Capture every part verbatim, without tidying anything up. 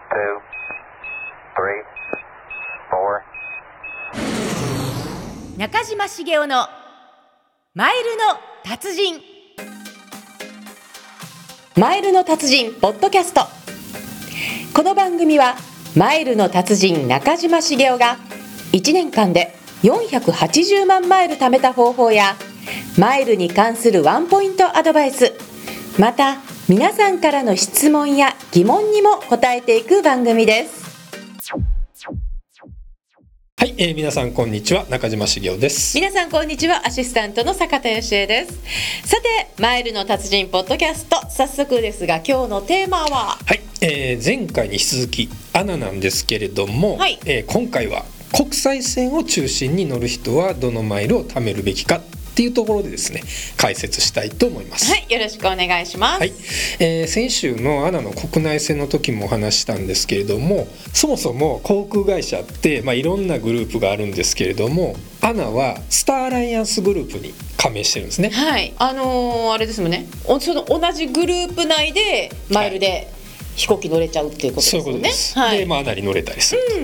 two, three, four. 中島茂雄のマイルの達人。マイルの達人ポッドキャスト。この番組はマイルの達人中島茂雄がいちねんかんでよんひゃくはちじゅうまんマイル貯めた方法やマイルに関するワンポイントアドバイス、また皆さんからの質問や疑問にも答えていく番組です。 はい、えー、皆さんこんにちは、中島茂雄です。 皆さんこんにちは、アシスタントの坂田芳恵です。さて、マイルの達人ポッドキャスト、早速ですが今日のテーマは、 はい、えー、前回に引き続きアナなんですけれども、 はい、 えー、今回は国際線を中心に乗る人はどのマイルを貯めるべきかっていうところでですね、解説したいと思います。 はい、よろしくお願いします。 はい、えー、先週のアナの国内線の時もお話したんですけれども、そもそも航空会社って、まあ、いろんなグループがあるんですけれども、アナはスターアライアンスグループに加盟してるんですね。 はい、あのー、あれですもんね、その同じグループ内でマイルで飛行機乗れちゃうっていうことですよね。 そういうことです、 はい、 で、まあ、アナに乗れたりすると、うん、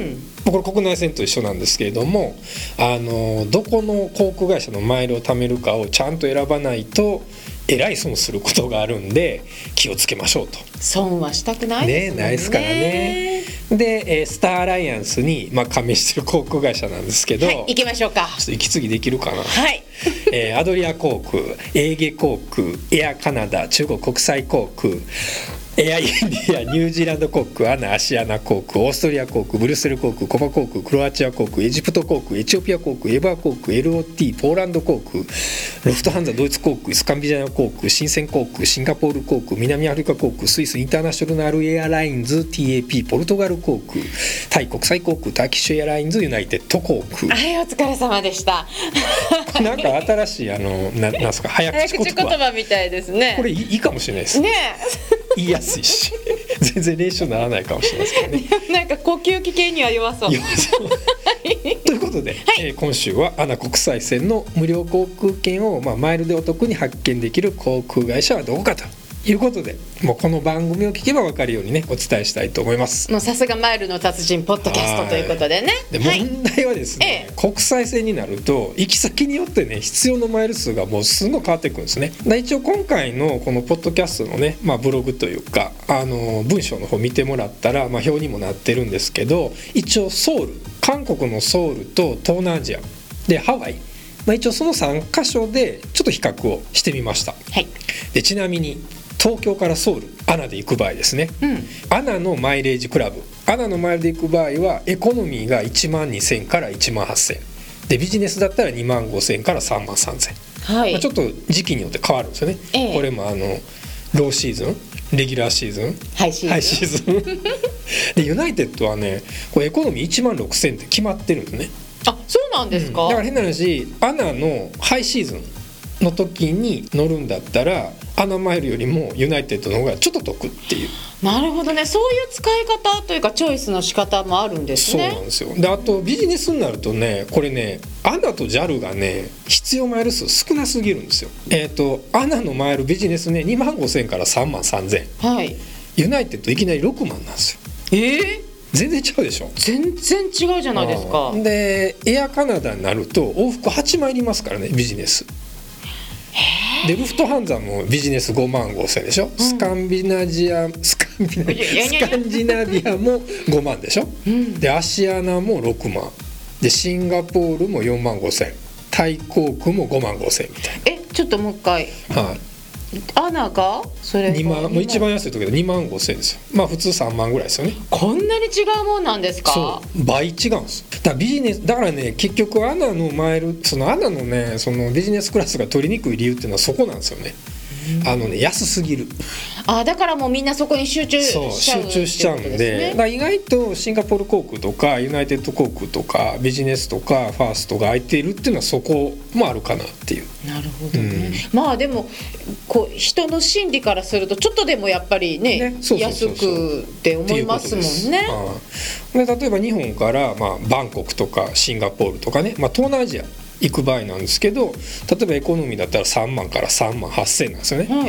これ国内線と一緒なんですけれども、あのどこの航空会社のマイルを貯めるかをちゃんと選ばないとえらい損することがあるんで気をつけましょうと。 損はしたくないですもんね。 ね、ないですからね。で、えー、スターアライアンスに、まあ、加盟してる航空会社なんですけど、はい、 行きましょうか。 ちょっと息継ぎできるかな。 はい、 えー、アドリア航空、エーゲ航空、エアカナダ、中国国際航空、エアインディア、ニュージーランド航空、アナ、アシアナ航空、オーストリア航空、ブリュッセル航空、コパ航空、クロアチア航空、エジプト航空、エチオピア航空、エバー航空、エルオーティー、ポーランド航空、ロフトハンザドイツ航空、スカンビジャナ航空、深セン航空、シンガポール航空、南アフリカ航空、スイスインターナショナルエアラインズ ティーエーピー、ポルトガル航空、タイ国際航空、ターキッシュエアラインズユナイテッド航空。 はい、お疲れ様でした。 なんか新しいあの な, なんすか早口言葉、 早口言葉みたいですね。 これいいかもしれないですね。言いやすいし全然練習にならないかもしれないですけどね。 なんか呼吸器系には弱そう。 弱そうということで、はい、えー、今週はアナ国際線の無料航空券を、まあ、マイルでお得に発見できる航空会社はどこかということで、もうこの番組を聞けば分かるようにねお伝えしたいと思います。 もうさすがマイルの達人ポッドキャストということでね。 で、問題はですね、はい、国際線になると行き先によってね必要なマイル数がもうすぐ変わってくるんですね。で、一応今回のこのポッドキャストのね、まあ、ブログというかあの文章の方見てもらったら、まあ、表にもなってるんですけど、一応ソウル、韓国のソウルと東南アジアでハワイ、まあ、一応そのさんカ所でちょっと比較をしてみました。 はい、 でちなみに東京からソウルアナで行く場合ですね、うん、アナのマイレージクラブ、アナのマイルで行く場合はエコノミーがいちまんにせんからいちまんはっせんで、ビジネスだったらにまんごせんからさんまんさんぜん、はい、まあ、ちょっと時期によって変わるんですよね、ええ、これもあのローシーズン、レギュラーシーズン、 ハイシーズン、 ハイシーズンでユナイテッドはねこれエコノミーいちまんろくせんって決まってるんですね。 あ、そうなんですか、 うん、だから変な話、アナのハイシーズンの時に乗るんだったらアナマイルよりもユナイテッドの方がちょっと得っていう。 なるほどね、そういう使い方というかチョイスの仕方もあるんですね。 そうなんですよ。で、あとビジネスになるとね、これねアナと ジャル がね必要マイル数少なすぎるんですよ。えっとアナのマイルビジネスねにまんごせんからさんまんさんぜん、はい、ユナイテッドいきなりろくまんなんですよ。えー全然違うでしょ。 全然違うじゃないですか。 でエアカナダになると往復はちまんいりますからね、ビジネスで。ルフトハンザもビジネスごまんごせんでしょ、うん、スカンビナジアスカンビナスカンジナビアもごまんでしょ、うん、でアシアナもろくまんで、シンガポールもよんまんごせん、タイ航空もごまんごせんみたいな。 え、ちょっともう一回。はい、アナがそれにまん、もう一番安い時でにまんごせんですよ。まあ普通さんまんぐらいですよね。 こんなに違うもんなんですか。 そう倍違うんです。だからビジネスだからね、結局アナのマイル、そのアナのねそのビジネスクラスが取りにくい理由っていうのはそこなんですよね。あのね安すぎる。 あ、だからもうみんなそこに集中しちゃう、 そう集中しちゃうんで、ね、だから意外とシンガポール航空とかユナイテッド航空とかビジネスとかファーストが空いているっていうのはそこもあるかなっていう。 なるほどね、うん、まあでもこう人の心理からするとちょっとでもやっぱり ね, ねそうそうそうそう安くって思いますもんね。 で例えば日本から、まあ、バンコクとかシンガポールとかね、まあ、東南アジア行く場合なんですけど、例えばエコノミーだったらさんまんからさんまんはっせんなんですよね、はい、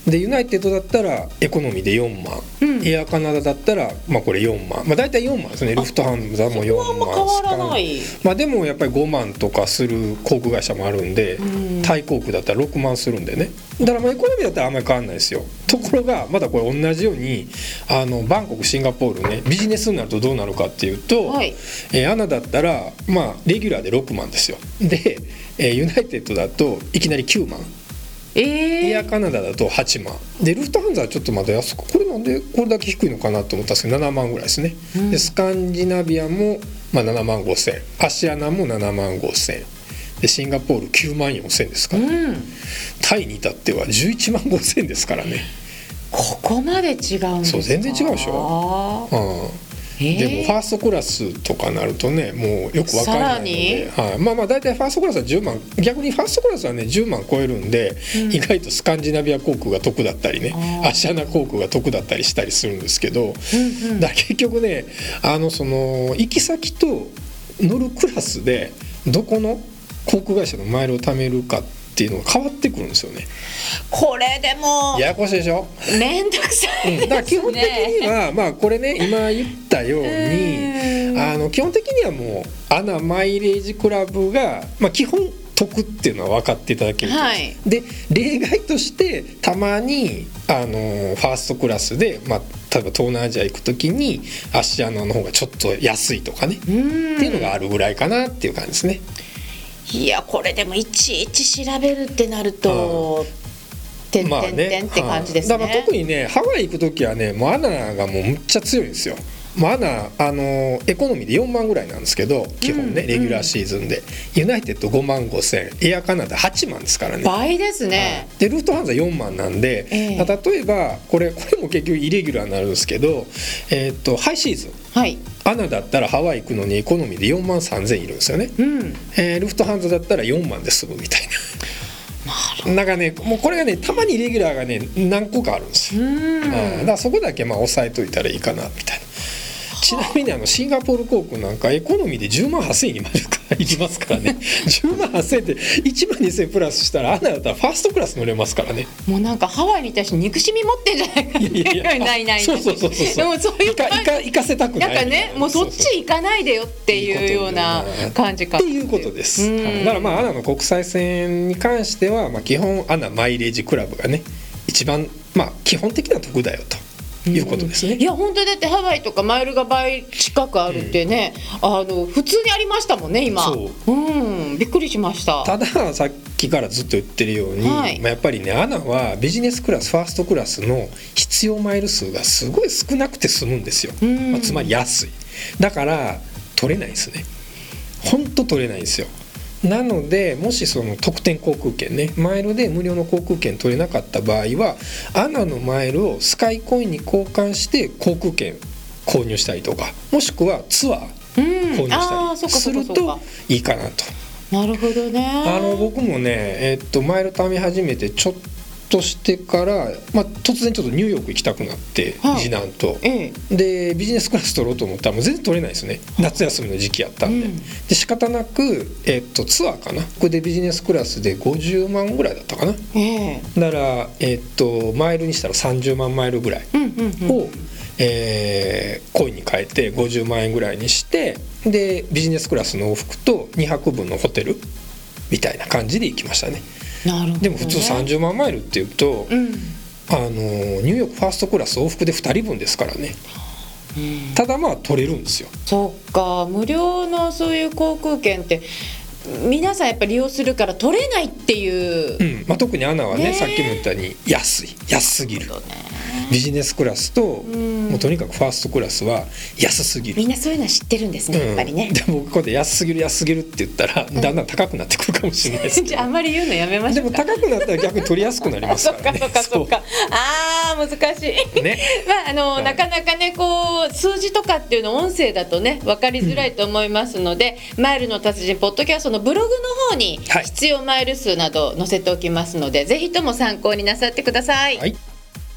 でユナイテッドだったらエコノミーでよんまん、うん、エアカナダだったら、まあ、これよんまん、まあ、大体よんまんですね。ルフトハンザもよんまん、 そこはあんま変わらない、 まあ、でもやっぱりごまんとかする航空会社もあるんで、うん、タイ航空だったらろくまんするんでね。だからまあエコノミーだったらあんまり変わらないですよ。ところがまだこれ同じようにあのバンコクシンガポールねビジネスになるとどうなるかっていうと、はい、えー、アナだったらまあレギュラーでろくまんですよ。で、えー、ユナイテッドだといきなりきゅうまん、えー、エアカナダだとはちまんで、ルフトハンザはちょっとまだ安く、これなんでこれだけ低いのかなと思ったんですけどななまんぐらいですね、うん、でスカンジナビアもまあななまんごせん、アシアナもななまんごせんで、シンガポールきゅうまんよんせんですから、うん、タイに至ってはじゅういちまんごせんですからね。 ここまで違うんですか。 そう、全然違うでしょ、うん、でもファーストクラスとかなるとねもうよく分からないので、はい、まあまあ大体ファーストクラスはじゅうまん、逆にファーストクラスはねじゅうまん超えるんで、うん、意外とスカンジナビア航空が得だったりね、アシアナ航空が得だったりしたりするんですけど、うんうん、だから結局ねあのその行き先と乗るクラスでどこの航空会社のマイルを貯めるかっていうのが変わってくるんですよね。 これでもややこしいでしょ。 めんどくさいですね、うん、だから基本的にはまあこれね今言ったようにあの基本的にはもうアナマイレージクラブが、まあ、基本得っていうのは分かっていただけると、はい、で例外としてたまにあのファーストクラスで、まあ、例えば東南アジア行くときにアシアナの方がちょっと安いとかねっていうのがあるぐらいかなっていう感じですね。 いやこれでもいちいち調べるってなると、てんてんてんって感じですね。 だから特にねハワイ行くときはねもうアナがもうむっちゃ強いんですよ。もうアナあのエコノミーでよんまんぐらいなんですけど基本ね、うん、レギュラーシーズンで、うん、ユナイテッドごまんごせん、エアカナダはちまんですからね。 倍ですね。 でルフトハンザよんまんなんで、えー、例えばこれこれも結局イレギュラーになるんですけど、えー、っとハイシーズン、はい、アナだったらハワイ行くのにエコノミーでよんまんさんぜんいるんですよね、うん、えー、ルフトハンザだったらよんまんで済むみたいな。なんかねもうこれがねたまにレギュラーがね何個かあるんですよ。うん、だからそこだけまあ押さえといたらいいかなみたいな。ちなみにあのシンガポール航空なんかエコノミーでじゅうまんはっせんえんにまで行きますからねじゅうまんはっせんえんっていちまんにせんえんプラスしたらアナだったらファーストクラス乗れますからね。 もうなんかハワイに対して憎しみ持ってんじゃないかっていうようにないないそうそうそうそうでもそういう感じ行かせたくないなんかねもうそっち行かないでよっていうような感じかっていうことです。はい、だからまあアナの国際線に関してはまあ基本アナマイレージクラブがね一番まあ基本的な得だよということですね。 いや本当にだってハワイとかマイルが倍近くあるってね、うん、あの普通にありましたもんね今。そう、うん、びっくりしました。 たださっきからずっと言ってるように、はい、まあ、やっぱりねアナはビジネスクラスファーストクラスの必要マイル数がすごい少なくて済むんですよ、まあ、つまり安いだから取れないんですね。ほんと取れないんですよ。なのでもしその特典航空券ねマイルで無料の航空券取れなかった場合はアナのマイルをスカイコインに交換して航空券購入したりとかもしくはツアー購入したりするといいかなと。 なるほどね。 あの僕もね、えっと、マイル貯め始めてちょっとしてから、まあ、突然ちょっとニューヨーク行きたくなって、はい、次男と、ええ、でビジネスクラス取ろうと思ったらもう全然取れないですね。夏休みの時期やったんで、うん、で仕方なく、えっと、ツアーかなこれでビジネスクラスでごじゅうまんぐらいだったかな、ええ、だから、えっと、マイルにしたらさんじゅうまんマイルぐらいを、うんうんうんえー、コインに変えてごじゅうまんえんぐらいにしてでビジネスクラスの往復とにはくぶんのホテルみたいな感じで行きましたね。 なるほどね。 でも普通さんじゅうまんマイルっていうと、うん、あのニューヨークファーストクラス往復でふたりぶんですからね、うん、ただまあ取れるんですよ。 そっか無料のそういう航空券って皆さんやっぱり利用するから取れないっていう、 うんまあ、特にアナは ね, ねさっきも言ったように安い安すぎる、ね、ビジネスクラスと、うん、もうとにかくファーストクラスは安すぎる。 みんなそういうのは知ってるんですね、うん、やっぱりね。 でもここで安すぎる安すぎるって言ったら、うん、だんだん高くなってくるかもしれないですけどじゃああんまり言うのやめましょうか。 でも高くなったら逆に取りやすくなりますからねそっかそっかそっかあー難しい、ねまああのはい、なかなかねこう数字とかっていうの音声だとね分かりづらいと思いますので、うん、マイルの達人ポッドキャストのブログの方に必要マイル数など載せておきますので、はい、ぜひとも参考になさってください、はい、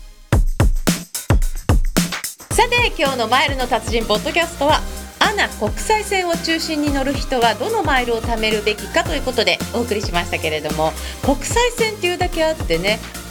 さて今日のマイルの達人ポッドキャストはアナ国際線を中心に乗る人はどのマイルを貯めるべきかということでお送りしましたけれども、国際線っていうだけあってね距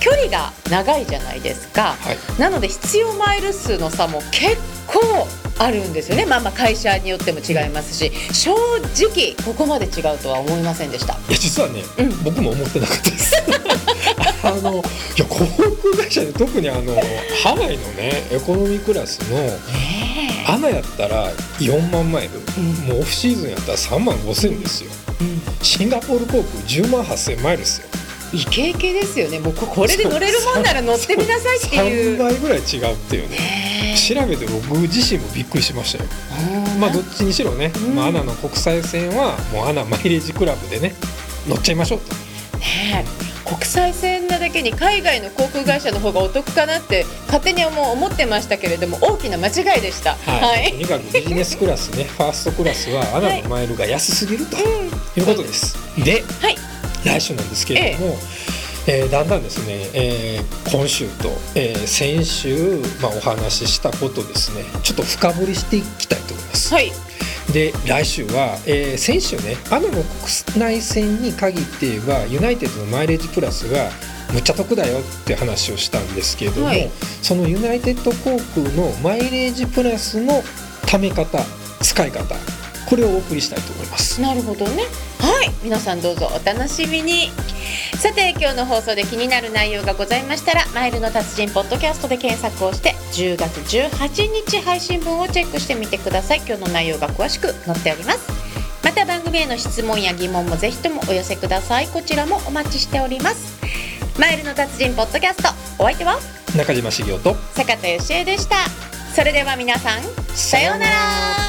距離が長いじゃないですか、 はい、 なので必要マイル数の差も結構あるんですよね。まあまあ会社によっても違いますし、正直ここまで違うとは思いませんでした。 いや実はね、 うん、僕も思ってなかったですあのいや航空会社で特にあのハワイのねエコノミークラスのアナやったらよんまんマイル、うん、もうオフシーズンやったらさんまんごせんですよ、うん、シンガポール航空じゅうまんはっせんマイルですよ。 イケイケですよね。もうこれで乗れるもんなら乗ってみなさいっていう。 さんばいぐらい違うっていうね。調べて僕自身もびっくりしましたよ。まあどっちにしろね、うん、まあ、アナの国際線はもうアナマイレージクラブでね乗っちゃいましょうと。 ねえ、国際線なだけに海外の航空会社の方がお得かなって勝手にもう思ってましたけれども、大きな間違いでした。 はいはい、とにかくビジネスクラスねファーストクラスはアナのマイルが安すぎるということです。はい、で、はい、来週なんですけれども、えええー、だんだんですね、えー、今週と、えー、先週、まあ、お話ししたことですねちょっと深掘りしていきたいと思います。はい、で来週は、えー、先週ねアナの国内線に限って言えばユナイテッドのマイレージプラスがむっちゃ得だよって話をしたんですけれども、はい、そのユナイテッド航空のマイレージプラスの貯め方使い方これをお送りしたいと思います。 なるほどね。はい、皆さんどうぞお楽しみに。さて今日の放送で気になる内容がございましたらマイルの達人ポッドキャストで検索をしてじゅうがつじゅうはちにち配信分をチェックしてみてください。今日の内容が詳しく載っております。また番組への質問や疑問もぜひともお寄せください。こちらもお待ちしております。マイルの達人ポッドキャスト、お相手は中島茂雄と坂田芳恵でした。それでは皆さんさようなら。